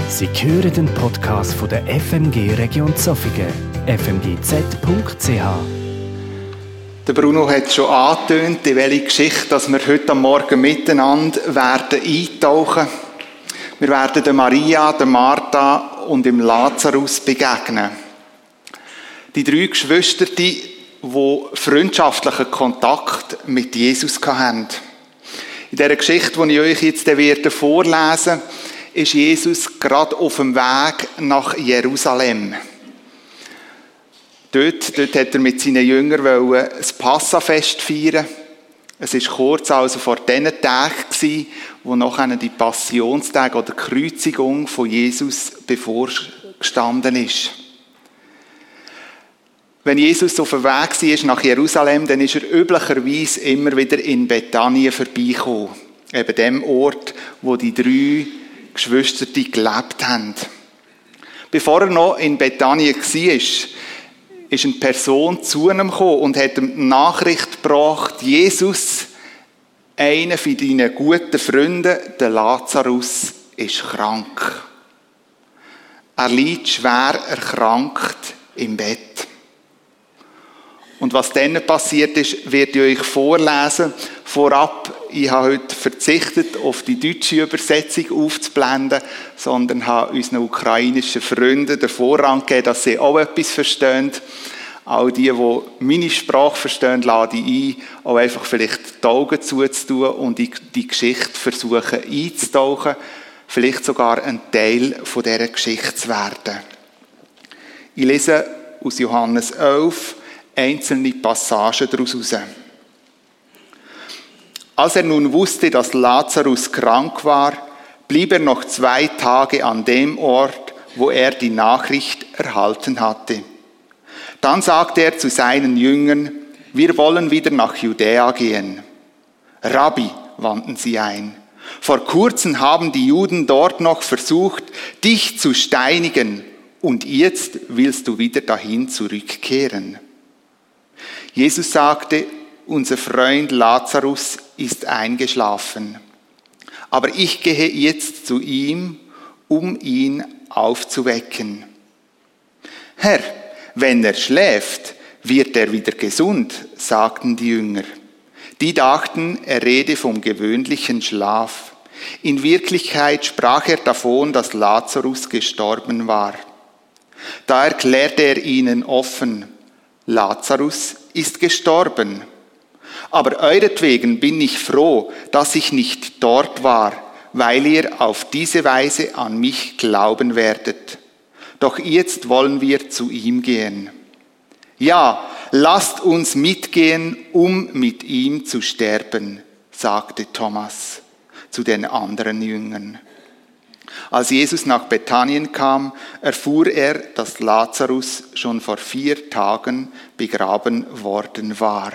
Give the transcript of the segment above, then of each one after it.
Sie hören den Podcast von der FMG Region Zofingen, fmgz.ch. Der Bruno hat schon angetönt, in welche Geschichte dass wir heute Morgen miteinander werden eintauchen. Wir werden der Maria, der Martha und dem Lazarus begegnen. Die drei Geschwister, die freundschaftlichen Kontakt mit Jesus hatten. In dieser Geschichte, die ich euch jetzt vorlesen werde, ist Jesus gerade auf dem Weg nach Jerusalem. Dort hat er mit seinen Jüngern das Passafest feiern. Es war kurz vor diesen Tagen, wo nachher die Passionstage oder die Kreuzigung von Jesus bevorgestanden ist. Wenn Jesus auf dem Weg war nach Jerusalem, dann ist er üblicherweise immer wieder in Bethanien vorbeigekommen. Eben dem Ort, wo die drei Geschwister gelebt haben. Bevor er noch in Bethanien war, ist eine Person zu ihm gekommen und hat ihm die Nachricht gebracht, Jesus, einer von deinen guten Freunden, der Lazarus, ist krank. Er liegt schwer erkrankt im Bett. Und was dann passiert ist, werde ich euch vorlesen. Vorab, ich habe heute verzichtet, auf die deutsche Übersetzung aufzublenden, sondern habe unseren ukrainischen Freunden den Vorrang gegeben, dass sie auch etwas verstehen. Auch die meine Sprache verstehen, lade ich ein, auch einfach vielleicht die Augen zuzutun und in die Geschichte versuchen einzutauchen, vielleicht sogar ein Teil von dieser Geschichte zu werden. Ich lese aus Johannes 11 einzelne Passagen daraus heraus. Als er nun wusste, dass Lazarus krank war, blieb er noch 2 Tage an dem Ort, wo er die Nachricht erhalten hatte. Dann sagte er zu seinen Jüngern, wir wollen wieder nach Judäa gehen. Rabbi, wandten sie ein, vor kurzem haben die Juden dort noch versucht, dich zu steinigen, und jetzt willst du wieder dahin zurückkehren. Jesus sagte, unser Freund Lazarus ist eingeschlafen, aber ich gehe jetzt zu ihm, um ihn aufzuwecken. Herr, wenn er schläft, wird er wieder gesund, sagten die Jünger. Die dachten, er rede vom gewöhnlichen Schlaf. In Wirklichkeit sprach er davon, dass Lazarus gestorben war. Da erklärte er ihnen offen, Lazarus ist gestorben. Aber euretwegen bin ich froh, dass ich nicht dort war, weil ihr auf diese Weise an mich glauben werdet. Doch jetzt wollen wir zu ihm gehen. Ja, lasst uns mitgehen, um mit ihm zu sterben, sagte Thomas zu den anderen Jüngern. Als Jesus nach Bethanien kam, erfuhr er, dass Lazarus schon vor 4 Tagen begraben worden war.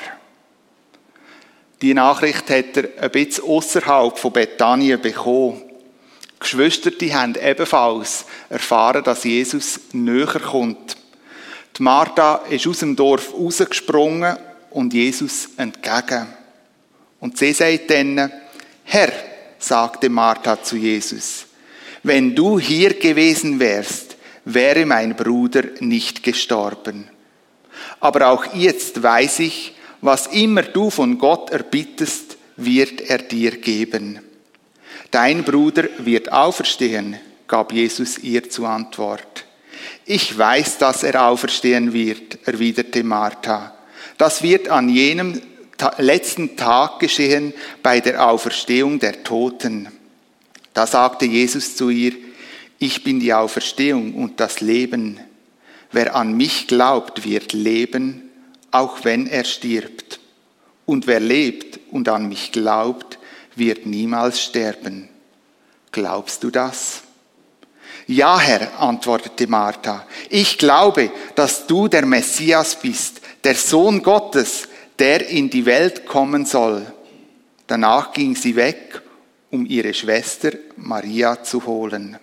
Die Nachricht hat er ein bisschen ausserhalb von Bethanien bekommen. Die Geschwister haben ebenfalls erfahren, dass Jesus näher kommt. Die Martha ist aus dem Dorf rausgesprungen und Jesus entgegen. Und sie sagt dann, Herr, sagte Martha zu Jesus, wenn du hier gewesen wärst, wäre mein Bruder nicht gestorben. Aber auch jetzt weiß ich, was immer du von Gott erbittest, wird er dir geben. Dein Bruder wird auferstehen, gab Jesus ihr zur Antwort. Ich weiß, dass er auferstehen wird, erwiderte Martha. Das wird an jenem letzten Tag geschehen, bei der Auferstehung der Toten. Da sagte Jesus zu ihr, ich bin die Auferstehung und das Leben. Wer an mich glaubt, wird leben, auch wenn er stirbt. Und wer lebt und an mich glaubt, wird niemals sterben. Glaubst du das? Ja, Herr, antwortete Martha, ich glaube, dass du der Messias bist, der Sohn Gottes, der in die Welt kommen soll. Danach ging sie weg, um ihre Schwester Maria zu holen.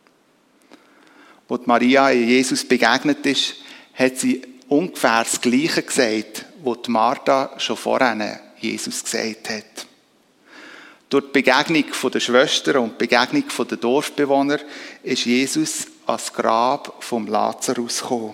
Als Maria Jesus begegnet ist, hat sie ungefähr das Gleiche gesagt, was Martha schon vorher Jesus gesagt hat. Durch die Begegnung der Schwestern und die Begegnung der Dorfbewohner ist Jesus ans Grab vom Lazarus gekommen.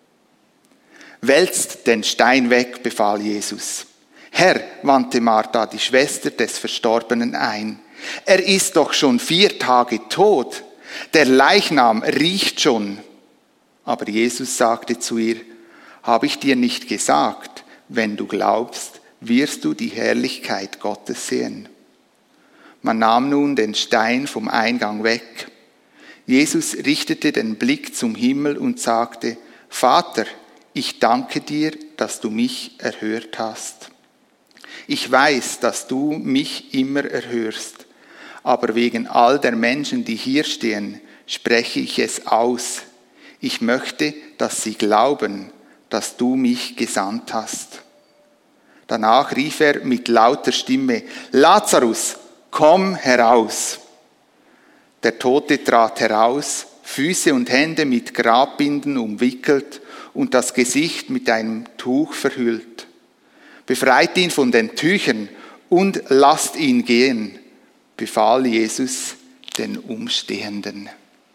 Wälzt den Stein weg, befahl Jesus. Herr, wandte Martha, die Schwester des Verstorbenen, ein. Er ist doch schon 4 Tage tot. Der Leichnam riecht schon. Aber Jesus sagte zu ihr, habe ich dir nicht gesagt, wenn du glaubst, wirst du die Herrlichkeit Gottes sehen. Man nahm nun den Stein vom Eingang weg. Jesus richtete den Blick zum Himmel und sagte, Vater, ich danke dir, dass du mich erhört hast. Ich weiß, dass du mich immer erhörst, aber wegen all der Menschen, die hier stehen, spreche ich es aus. Ich möchte, dass sie glauben, dass du mich gesandt hast. Danach rief er mit lauter Stimme, Lazarus, komm heraus. Der Tote trat heraus, Füße und Hände mit Grabbinden umwickelt und das Gesicht mit einem Tuch verhüllt. Befreit ihn von den Tüchern und lasst ihn gehen, befahl Jesus den Umstehenden.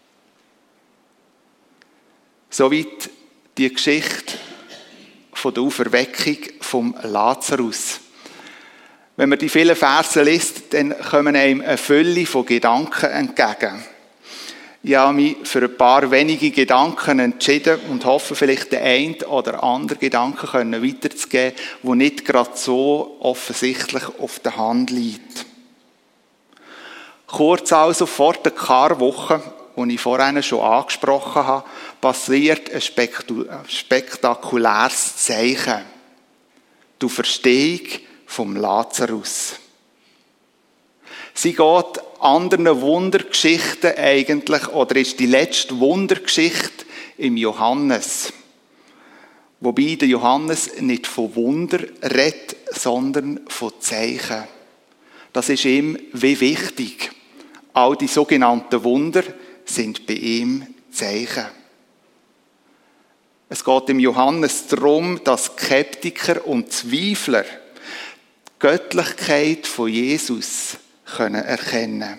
Soweit die Geschichte von der Auferweckung vom Lazarus. Wenn man die vielen Verse liest, dann kommen einem eine Fülle von Gedanken entgegen. Ich habe mich für ein paar wenige Gedanken entschieden und hoffe, vielleicht den einen oder anderen Gedanken weiterzugeben, der nicht gerade so offensichtlich auf der Hand liegt. Kurz also vor der Karwoche, die ich vorhin schon angesprochen habe, passiert ein spektakuläres Zeichen. Die Auferstehung vom Lazarus. Sie geht anderen Wundergeschichten eigentlich, oder ist die letzte Wundergeschichte im Johannes. Wobei der Johannes nicht von Wunder redet, sondern von Zeichen. Das ist ihm wie wichtig. All die sogenannten Wunder sind bei ihm Zeichen. Es geht im Johannes darum, dass Skeptiker und Zweifler die Göttlichkeit von Jesus können erkennen.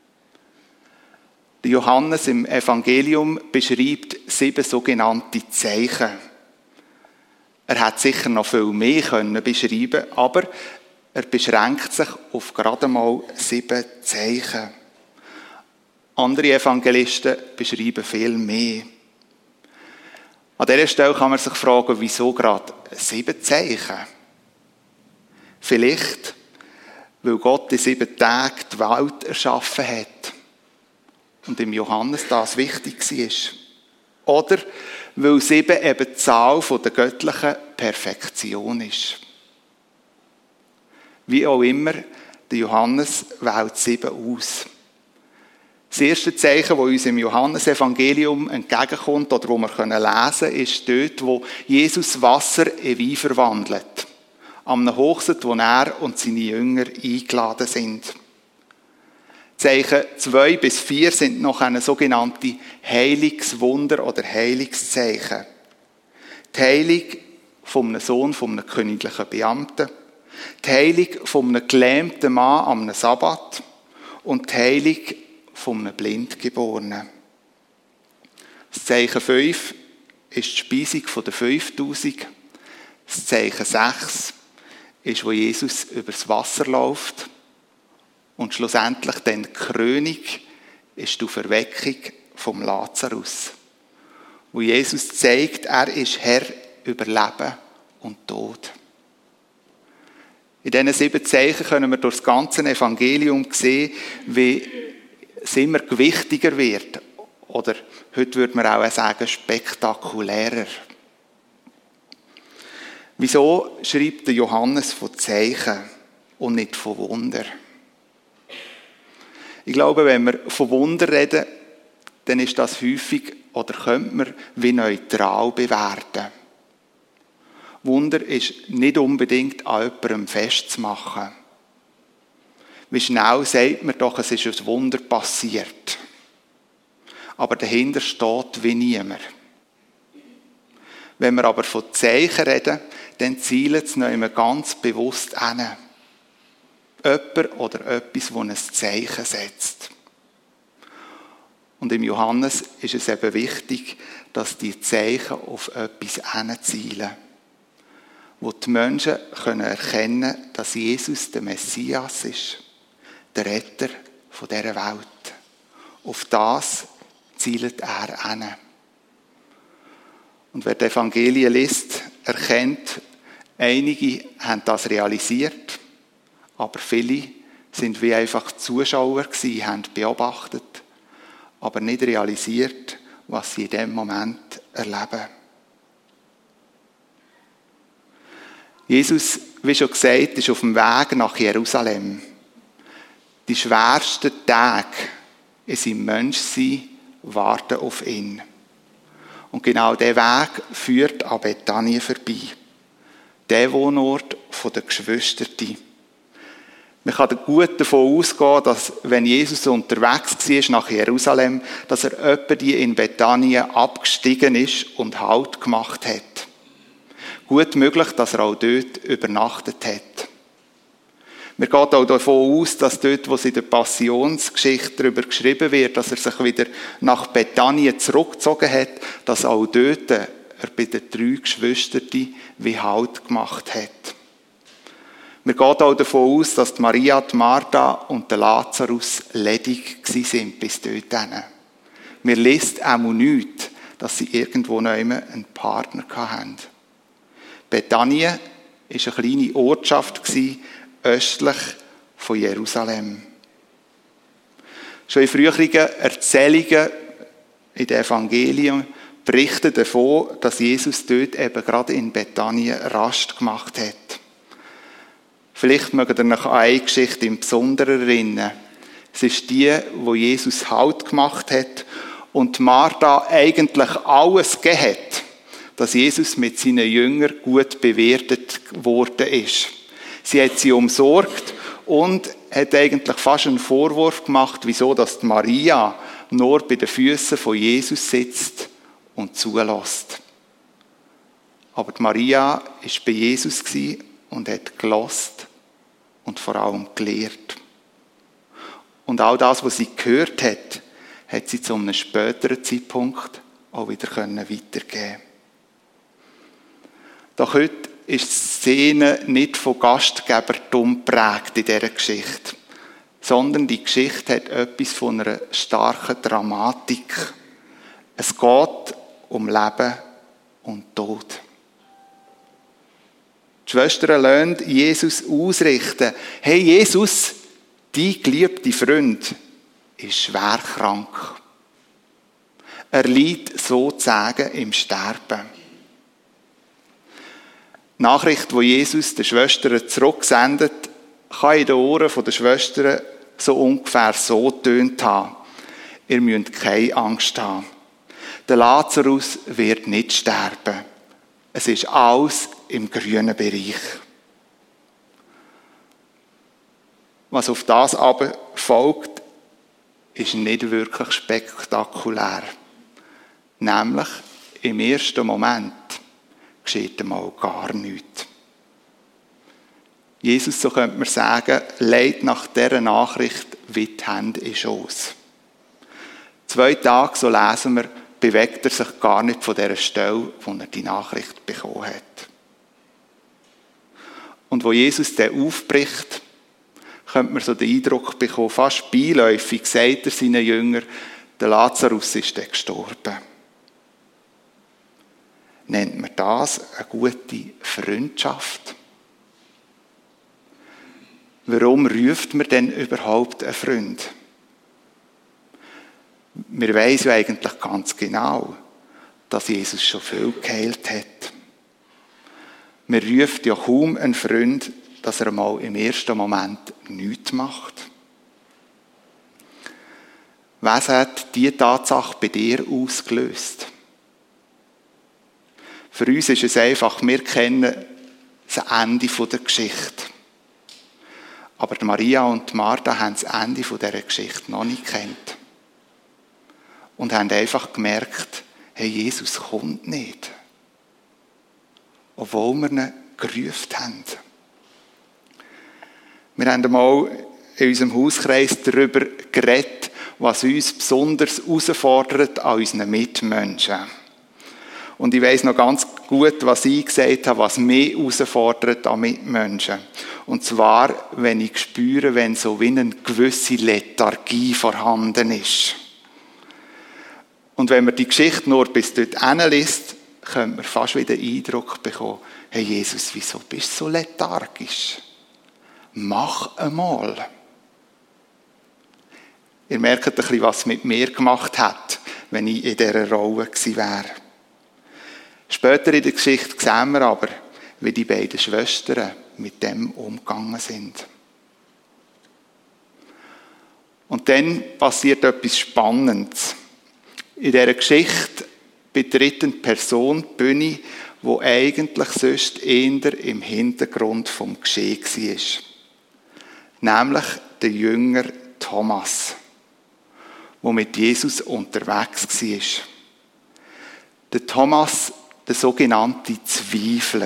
Der Johannes im Evangelium beschreibt 7 sogenannte Zeichen. Er hat sicher noch viel mehr können beschreiben, aber er beschränkt sich auf gerade mal 7 Zeichen. Andere Evangelisten beschreiben viel mehr. An dieser Stelle kann man sich fragen, wieso gerade 7 Zeichen? Vielleicht, weil Gott in 7 Tagen die Welt erschaffen hat und im Johannes das wichtig war. Oder weil 7 eben die Zahl der göttlichen Perfektion ist. Wie auch immer, der Johannes wählt 7 aus. Das erste Zeichen, das uns im Johannesevangelium entgegenkommt oder wo wir lesen können, ist dort, wo Jesus Wasser in Wein verwandelt. Am Hochzeit, wo er und seine Jünger eingeladen sind. Zeichen 2 bis 4 sind noch eine sogenannte Heilungswunder oder Heilungszeichen. Die Heilung von einem Sohn von einem königlichen Beamten, die Heilung von einem gelähmten Mann am Sabbat und die Heilung von einem Blindgeborenen. Das Zeichen 5 ist die Speisung der 5000. Das Zeichen 6 ist, wo Jesus übers Wasser läuft. Und schlussendlich dann die Krönung ist die Auferweckung vom Lazarus. Wo Jesus zeigt, er ist Herr über Leben und Tod. In diesen 7 Zeichen können wir durch das ganze Evangelium sehen, wie es immer gewichtiger wird. Oder heute würde man auch sagen, spektakulärer. Wieso schreibt der Johannes von Zeichen und nicht von Wunder? Ich glaube, wenn wir von Wunder reden, dann ist das häufig, oder könnte man wie neutral bewerten. Wunder ist nicht unbedingt an jemandem festzumachen. Wie schnell sagt man doch, es ist ein Wunder passiert. Aber dahinter steht wie niemand. Wenn wir aber von Zeichen reden, dann zielen sie noch immer ganz bewusst hin. Jemand oder etwas, das ein Zeichen setzt. Und im Johannes ist es eben wichtig, dass die Zeichen auf etwas hinzielen, wo die Menschen erkennen können, dass Jesus der Messias ist, der Retter von dieser Welt. Auf das zielt er hin. Und wer die Evangelien liest, erkennt, einige haben das realisiert, aber viele sind wie einfach Zuschauer gewesen, haben beobachtet, aber nicht realisiert, was sie in dem Moment erleben. Jesus, wie schon gesagt, ist auf dem Weg nach Jerusalem. Die schwersten Tage in seinem Menschsein warten auf ihn. Und genau dieser Weg führt an Bethanien vorbei. Der Wohnort der Geschwister. Man kann gut davon ausgehen, dass, wenn Jesus unterwegs war nach Jerusalem, dass er etwa die in Bethanien abgestiegen ist und Halt gemacht hat. Gut möglich, dass er auch dort übernachtet hat. Man geht auch davon aus, dass dort, wo es in der Passionsgeschichte darüber geschrieben wird, dass er sich wieder nach Bethanien zurückgezogen hat, dass auch dort er bei den 3 Geschwistern wie Halt gemacht hat. Man geht auch davon aus, dass die Maria, die Martha und der Lazarus ledig waren bis dorthin. Man liest auch nichts, dass sie irgendwo noch einen Partner hatten. Bethanien war eine kleine Ortschaft östlich von Jerusalem. Schon in früheren Erzählungen in den Evangelien berichten davon, dass Jesus dort eben gerade in Bethanien Rast gemacht hat. Vielleicht mögt ihr euch an eine Geschichte im Besonderen erinnern. Es ist die, wo Jesus Halt gemacht hat und Martha eigentlich alles gegeben hat, dass Jesus mit seinen Jüngern gut bewertet worden ist. Sie hat sie umsorgt und hat eigentlich fast einen Vorwurf gemacht, wieso dass die Maria nur bei den Füßen von Jesus sitzt und zulässt. Aber die Maria war bei Jesus und hat gehört und vor allem gelehrt. Und all das, was sie gehört hat, hat sie zu einem späteren Zeitpunkt auch wieder weitergeben. Doch heute ist die Szene nicht von Gastgebertum geprägt in dieser Geschichte, sondern die Geschichte hat etwas von einer starken Dramatik. Es geht um Leben und Tod. Die Schwestern lassen Jesus ausrichten: Hey Jesus, dein geliebter Freund ist schwer krank. Er liegt sozusagen im Sterben. Die Nachricht, die Jesus den Schwestern zurücksendet, kann in den Ohren der Schwestern so ungefähr so getönt haben: Ihr müsst keine Angst haben. Der Lazarus wird nicht sterben. Es ist alles im grünen Bereich. Was auf das aber folgt, ist nicht wirklich spektakulär. Nämlich, im ersten Moment geschieht einmal gar nichts. Jesus, so könnte man sagen, legt nach dieser Nachricht wie die Hände in den Schoss. 2 Tage, so lesen wir, bewegt er sich gar nicht von dieser Stelle, wo er die Nachricht bekommen hat. Und wo Jesus dann aufbricht, könnte man so den Eindruck bekommen, fast beiläufig sagt er seinen Jüngern, der Lazarus ist dann gestorben. Nennt man das eine gute Freundschaft? Warum ruft man denn überhaupt einen Freund? Wir wissen ja eigentlich ganz genau, dass Jesus schon viel geheilt hat. Man ruft ja kaum einen Freund, dass er mal im ersten Moment nichts macht. Was hat diese Tatsache bei dir ausgelöst? Für uns ist es einfach, wir kennen das Ende der Geschichte. Aber Maria und Martha haben das Ende dieser Geschichte noch nicht gekannt. Und haben einfach gemerkt, hey, Jesus kommt nicht. Obwohl wir ihn gerufen haben. Wir haben einmal in unserem Hauskreis darüber geredet, was uns besonders herausfordert an unseren Mitmenschen. Und ich weiss noch ganz gut, was ich gesagt habe, was mich herausfordert an Mitmenschen. Und zwar, wenn ich spüre, wenn so wie eine gewisse Lethargie vorhanden ist. Und wenn man die Geschichte nur bis dort liest, könnte man fast wieder den Eindruck bekommen, hey Jesus, wieso bist du so lethargisch? Mach einmal. Ihr merkt ein bisschen, was es mit mir gemacht hat, wenn ich in dieser Rolle gewesen wäre. Später in der Geschichte sehen wir aber, wie die beiden Schwestern mit dem umgegangen sind. Und dann passiert etwas Spannendes. In dieser Geschichte betritt eine Person die Bühne, die eigentlich sonst eher im Hintergrund vom Geschehen war. Nämlich der Jünger Thomas, der mit Jesus unterwegs war. Der Thomas, der sogenannte Zweifler.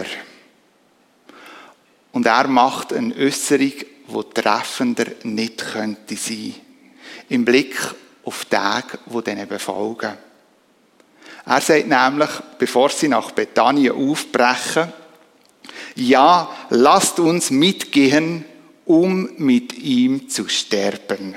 Und er macht eine Äußerung, die treffender nicht könnte sein. Im Blick auf die Tage, die dann befolgen. Er sagt nämlich, bevor sie nach Bethanien aufbrechen, ja, lasst uns mitgehen, um mit ihm zu sterben.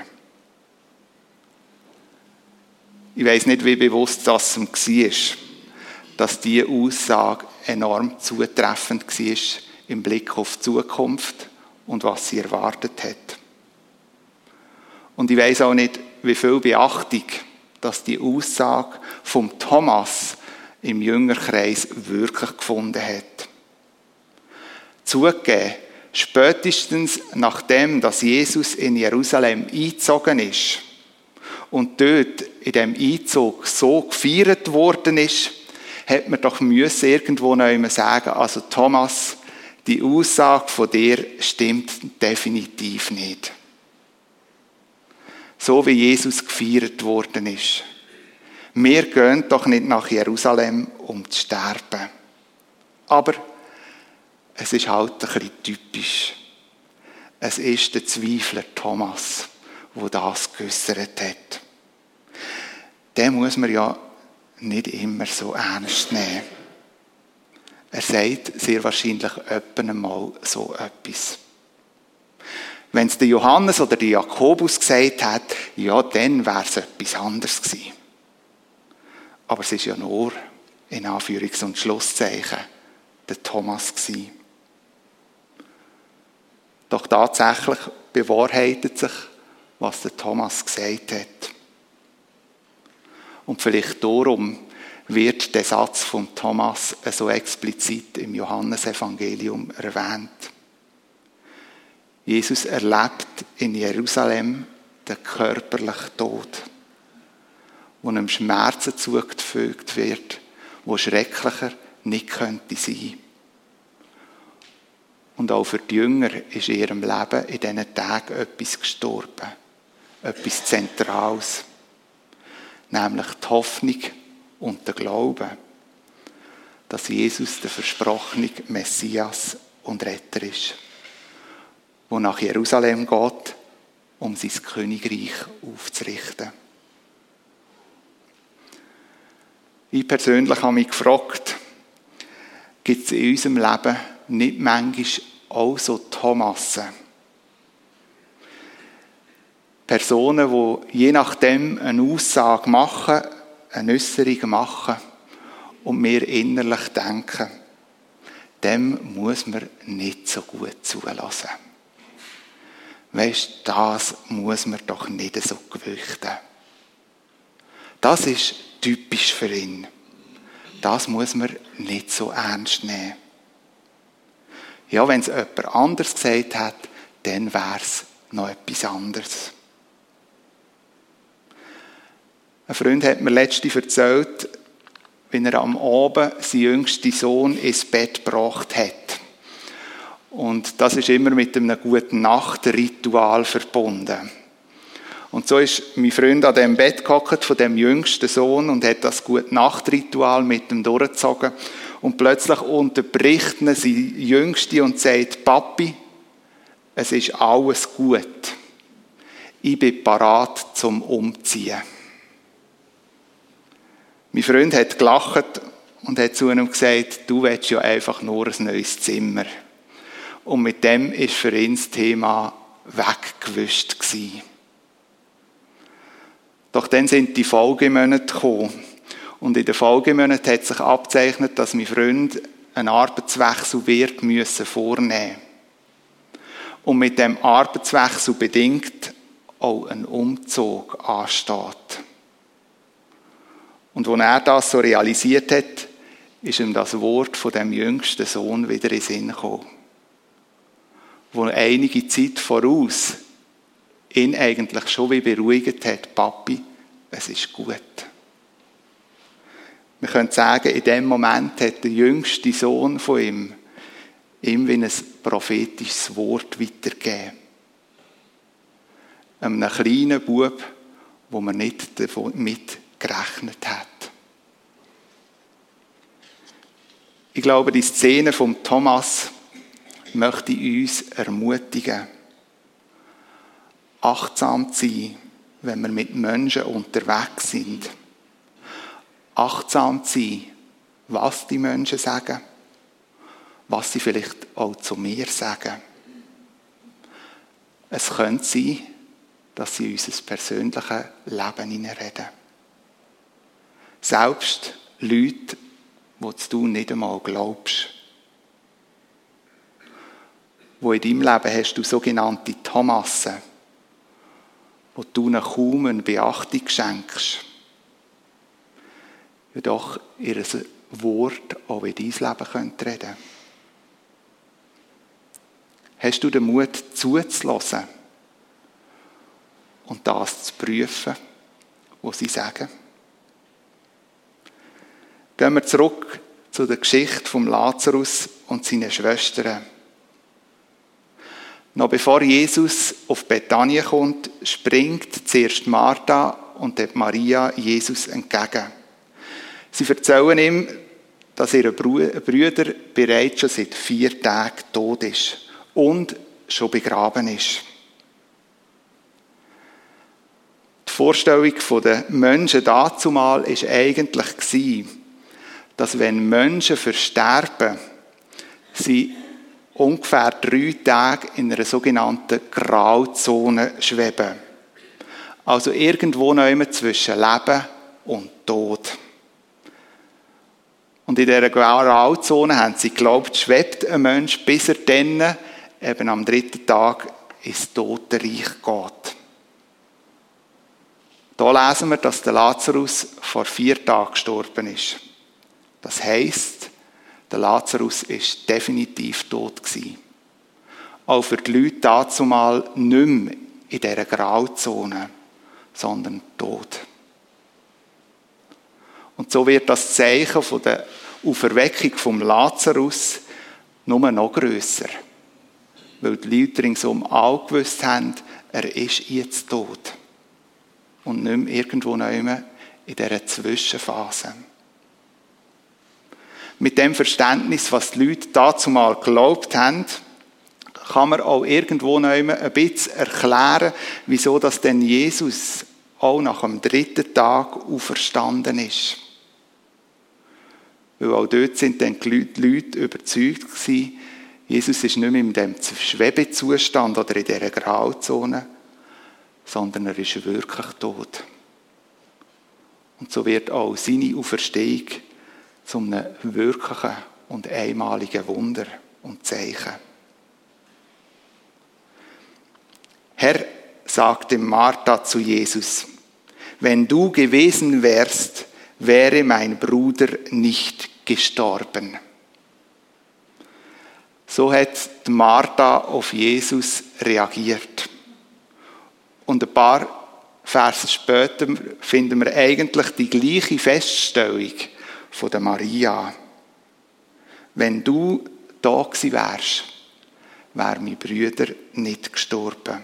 Ich weiss nicht, wie bewusst das ihm war, dass diese Aussage enorm zutreffend war im Blick auf die Zukunft und was sie erwartet hat. Und ich weiss auch nicht, wie viel Beachtung, dass die Aussage vom Thomas im Jüngerkreis wirklich gefunden hat. Zugegeben, spätestens nachdem, dass Jesus in Jerusalem eingezogen ist und dort in diesem Einzug so gefeiert worden ist, hat man doch irgendwo noch immer sagen, also Thomas, die Aussage von dir stimmt definitiv nicht. So wie Jesus gefeiert worden ist. Wir gehen doch nicht nach Jerusalem, um zu sterben. Aber es ist halt ein bisschen typisch. Es ist der Zweifler Thomas, der das geäussert hat. Den muss man ja nicht immer so ernst nehmen. Er sagt sehr wahrscheinlich öppen einmal so etwas. Wenn es der Johannes oder der Jakobus gesagt hat, ja, dann wäre es etwas anderes gewesen. Aber es ist ja nur, in Anführungs- und Schlusszeichen, der Thomas gewesen. Doch tatsächlich bewahrheitet sich, was der Thomas gesagt hat. Und vielleicht darum wird der Satz von Thomas so explizit im Johannesevangelium erwähnt. Jesus erlebt in Jerusalem den körperlichen Tod, wo einem Schmerzen zugefügt wird, wo schrecklicher nicht könnte sein. Und auch für die Jünger ist in ihrem Leben in diesen Tagen etwas gestorben, etwas Zentrales, nämlich die Hoffnung und der Glaube, dass Jesus der versprochene Messias und Retter ist, der nach Jerusalem geht, um sein Königreich aufzurichten. Ich persönlich habe mich gefragt, gibt es in unserem Leben nicht manchmal auch so Thomassen? Personen, die je nachdem eine Aussage machen, eine Äußerung machen und wir innerlich denken, dem muss man nicht so gut zulassen. Weisst, das muss man doch nicht so gewichten. Das ist typisch für ihn. Das muss man nicht so ernst nehmen. Ja, wenn es jemand anders gesagt hat, dann wäre es noch etwas anderes. Ein Freund hat mir letztens erzählt, wie er am Abend seinen jüngsten Sohn ins Bett gebracht hat. Und das ist immer mit einem guten Nachtritual verbunden. Und so ist mein Freund an dem Bett gehockt von dem jüngsten Sohn und hat das gute Nachtritual mit ihm durchgezogen. Und plötzlich unterbricht ihn sein Jüngste und sagt, Papi, es ist alles gut. Ich bin parat zum Umziehen. Mein Freund hat gelacht und hat zu ihm gesagt, du willst ja einfach nur ein neues Zimmer. Und mit dem war für ihn das Thema weggewischt gewesen. Doch dann sind die Folgemonate gekommen. Und in den Folgemonaten hat sich abgezeichnet, dass mein Freund einen Arbeitswechsel wird müssen vornehmen. Und mit dem Arbeitswechsel bedingt auch ein Umzug ansteht. Und als er das so realisiert hat, ist ihm das Wort von dem jüngsten Sohn wieder in den Sinn gekommen. Wo einige Zeit voraus ihn eigentlich schon wie beruhigt hat, Papi, es ist gut. Wir können sagen, in dem Moment hat der jüngste Sohn von ihm wie ein prophetisches Wort weitergegeben. Einem kleinen Bub, wo man nicht damit gerechnet hat. Ich glaube, die Szene von Thomas möchte uns ermutigen, achtsam zu sein, wenn wir mit Menschen unterwegs sind. Achtsam zu sein, was die Menschen sagen, was sie vielleicht auch zu mir sagen. Es könnte sein, dass sie in unser persönliches Leben hineinreden. Selbst Leute, die du nicht einmal glaubst. Wo in deinem Leben hast du sogenannte Thomassen, wo du ihnen kaum eine Beachtung schenkst. Jedoch ihr Wort auch in dein Leben reden könnte. Hast du den Mut zuzulassen und das zu prüfen, was sie sagen? Gehen wir zurück zu der Geschichte von Lazarus und seinen Schwestern. Noch bevor Jesus auf Bethanien kommt, springt zuerst Martha und Maria Jesus entgegen. Sie erzählen ihm, dass ihr Bruder bereits schon seit 4 Tagen tot ist und schon begraben ist. Die Vorstellung der Menschen dazumal war eigentlich, dass wenn Menschen versterben, sie ungefähr 3 Tage in einer sogenannten Grauzone schweben. Also irgendwo noch zwischen Leben und Tod. Und in dieser Grauzone haben sie geglaubt, schwebt ein Mensch, bis er dann eben am 3. Tag ins Totenreich geht. Da lesen wir, dass der Lazarus vor 4 Tagen gestorben ist. Das heisst, der Lazarus war definitiv tot gewesen. Auch für die Leute dazumal nicht mehr in dieser Grauzone, sondern tot. Und so wird das Zeichen von der Auferweckung vom Lazarus nur noch grösser. Weil die Leute ringsum auch gewusst haben, er ist jetzt tot. Und nicht mehr irgendwo in dieser Zwischenphase. Mit dem Verständnis, was die Leute dazumal geglaubt haben, kann man auch irgendwo ein bisschen erklären, wieso das denn Jesus auch nach dem 3. Tag auferstanden ist. Weil auch dort sind dann die Leute überzeugt gewesen, Jesus ist nicht mehr in dem Schwebezustand oder in dieser Grauzone, sondern er ist wirklich tot. Und so wird auch seine Auferstehung zu einem wirklichen und einmaligen Wunder und Zeichen. Herr, sagte Martha zu Jesus, wenn du gewesen wärst, wäre mein Bruder nicht gestorben. So hat Martha auf Jesus reagiert. Und ein paar Verse später finden wir eigentlich die gleiche Feststellung von der Maria. Wenn du da gewesen wärst, wäre mein Bruder nicht gestorben.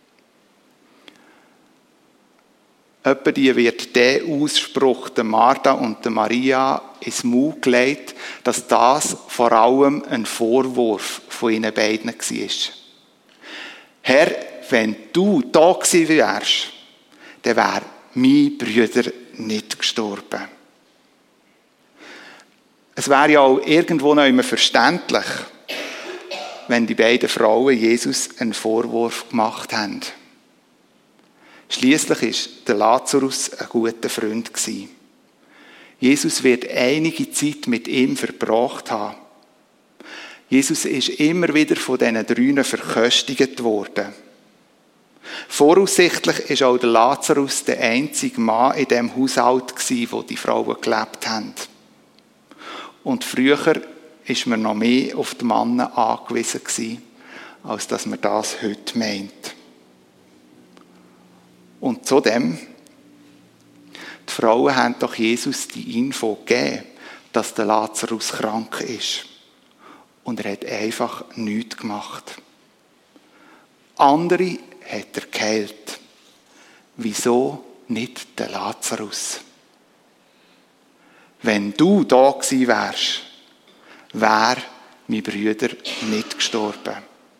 Etwa die wird der Ausspruch der Martha und der Maria ins Mund gelegt, dass das vor allem ein Vorwurf von ihnen beiden war. Herr, wenn du da gewesen wärst, dann wäre mein Bruder nicht gestorben. Es wäre ja auch irgendwo noch immer verständlich, wenn die beiden Frauen Jesus einen Vorwurf gemacht haben. Schliesslich war der Lazarus ein guter Freund gewesen. Jesus wird einige Zeit mit ihm verbracht haben. Jesus ist immer wieder von diesen Drünen verköstigt worden. Voraussichtlich ist auch der Lazarus der einzige Mann in dem Haushalt gewesen, wo die Frauen gelebt haben. Und früher ist man noch mehr auf die Männer angewiesen gewesen, als dass man das heute meint. Und zudem, die Frauen haben doch Jesus die Info gegeben, dass der Lazarus krank ist. Und er hat einfach nichts gemacht. Andere hat er geheilt. Wieso nicht der Lazarus? Wenn du da gewesen wärst, wäre mein Bruder nicht gestorben.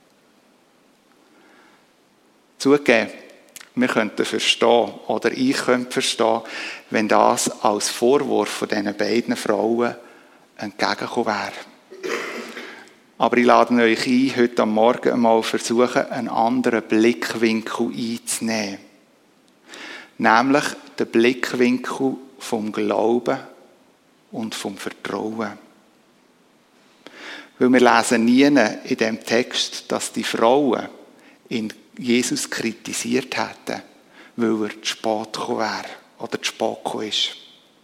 Zugegeben, wir könnten verstehen, oder ich könnte verstehen, wenn das als Vorwurf von diesen beiden Frauen entgegengekommen wäre. Aber ich lade euch ein, heute am Morgen einmal versuchen, einen anderen Blickwinkel einzunehmen. Nämlich den Blickwinkel vom Glauben und vom Vertrauen. Weil wir lesen nie in diesem Text, dass die Frauen ihn Jesus kritisiert hätten, weil er zu spät gekommen wäre oder zu spät gekommen ist.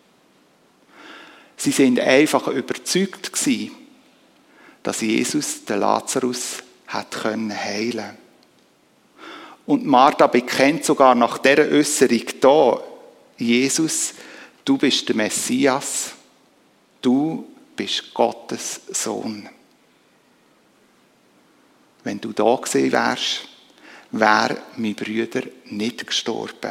Sie sind einfach überzeugt gewesen, dass Jesus den Lazarus hat heilen können. Und Martha bekennt sogar nach dieser Äußerung da, Jesus, du bist der Messias, du bist Gottes Sohn. Wenn du da gewesen wärst, wäre mein Bruder nicht gestorben.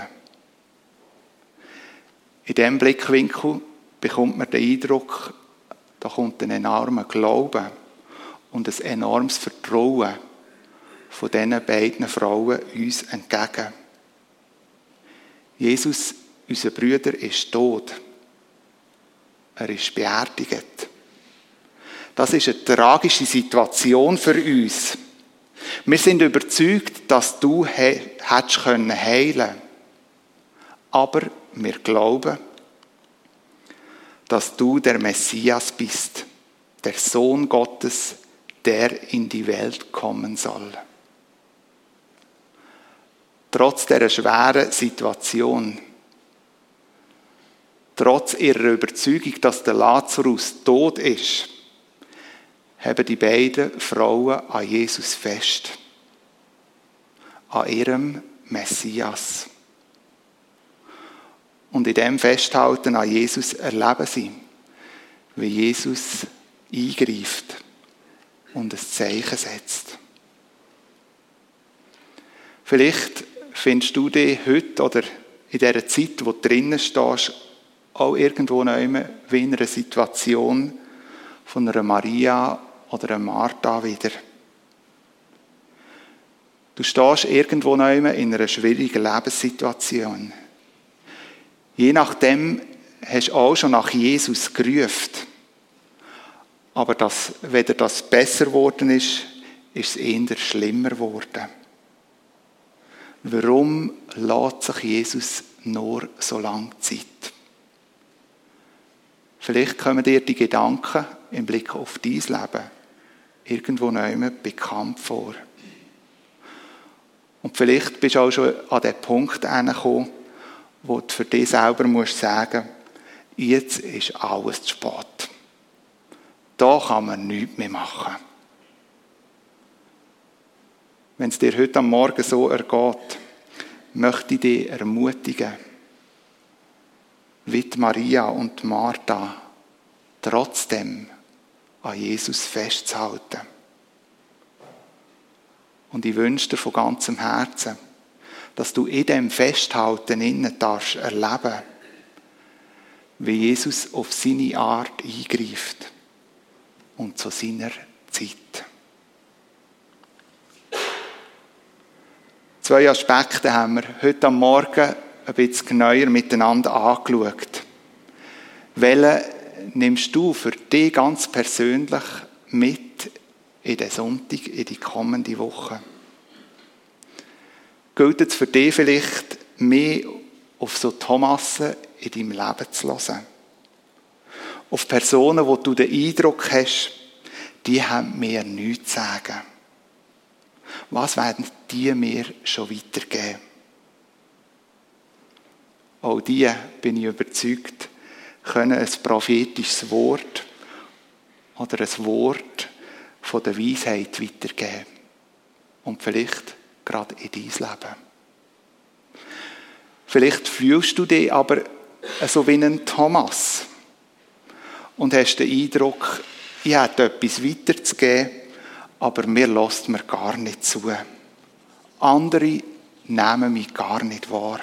In diesem Blickwinkel bekommt man den Eindruck, da kommt ein enormer Glaube und ein enormes Vertrauen von diesen beiden Frauen uns entgegen. Jesus, unser Bruder, ist tot. Er ist beerdigt. Das ist eine tragische Situation für uns. Wir sind überzeugt, dass du hättest heilen können. Aber wir glauben, dass du der Messias bist, der Sohn Gottes, der in die Welt kommen soll. Trotz dieser schweren Situation, trotz ihrer Überzeugung, dass der Lazarus tot ist, haben die beiden Frauen an Jesus fest. An ihrem Messias. Und in dem Festhalten an Jesus erleben sie, wie Jesus eingreift und ein Zeichen setzt. Vielleicht findest du dich heute oder in dieser Zeit, wo du drinnen stehst, auch irgendwo noch immer wie in einer Situation von einer Maria oder einer Martha wieder. Du stehst irgendwo noch immer in einer schwierigen Lebenssituation. Je nachdem hast du auch schon nach Jesus gerufen. Aber weder das besser geworden ist, ist es eher schlimmer geworden. Warum lässt sich Jesus nur so lange Zeit? Vielleicht kommen dir die Gedanken im Blick auf dein Leben irgendwo noch immer bekannt vor. Und vielleicht bist du auch schon an den Punkt angekommen, wo du für dich selber musst sagen, jetzt ist alles zu spät. Da kann man nichts mehr machen. Wenn es dir heute am Morgen so ergeht, möchte ich dich ermutigen, wie die Maria und die Martha, trotzdem an Jesus festzuhalten. Und ich wünsche dir von ganzem Herzen, dass du in dem Festhalten innen darfst erleben, wie Jesus auf seine Art eingreift und zu seiner Zeit. 2 Aspekte haben wir heute am Morgen ein bisschen genauer miteinander angeschaut. Welchen nimmst du für dich ganz persönlich mit in den Sonntag, in die kommende Woche? Gilt es für dich vielleicht, mehr auf so Thomasse in deinem Leben zu hören? Auf Personen, wo du den Eindruck hast, die haben mir nichts zu sagen. Was werden die mir schon weitergeben? Auch die, bin ich überzeugt, können ein prophetisches Wort oder ein Wort von der Weisheit weitergeben. Und vielleicht gerade in dein Leben. Vielleicht fühlst du dich aber so wie ein Thomas und hast den Eindruck, ich hätte etwas weiterzugeben, aber mir lässt mir gar nicht zu. Andere nehmen mich gar nicht wahr.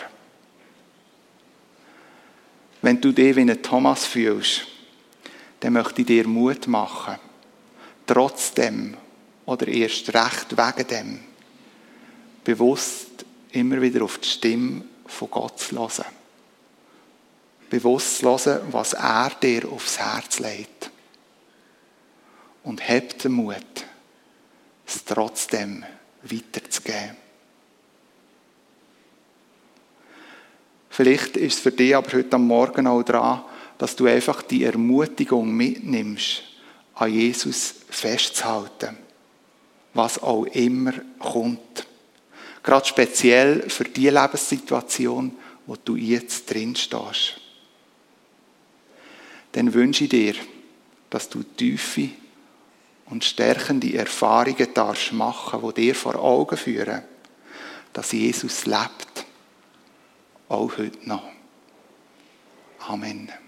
Wenn du dich wie ein Thomas fühlst, dann möchte ich dir Mut machen, trotzdem oder erst recht wegen dem, bewusst immer wieder auf die Stimme von Gott zu hören. Bewusst zu hören, was er dir aufs Herz legt. Und hab den Mut, es trotzdem weiterzugeben. Vielleicht ist es für dich aber heute am Morgen auch dran, dass du einfach die Ermutigung mitnimmst, an Jesus festzuhalten, was auch immer kommt. Gerade speziell für die Lebenssituation, wo du jetzt drin stehst. Dann wünsche ich dir, dass du tiefe und stärkende Erfahrungen darfst machen, die dir vor Augen führen, dass Jesus lebt. Auch heute noch. Amen.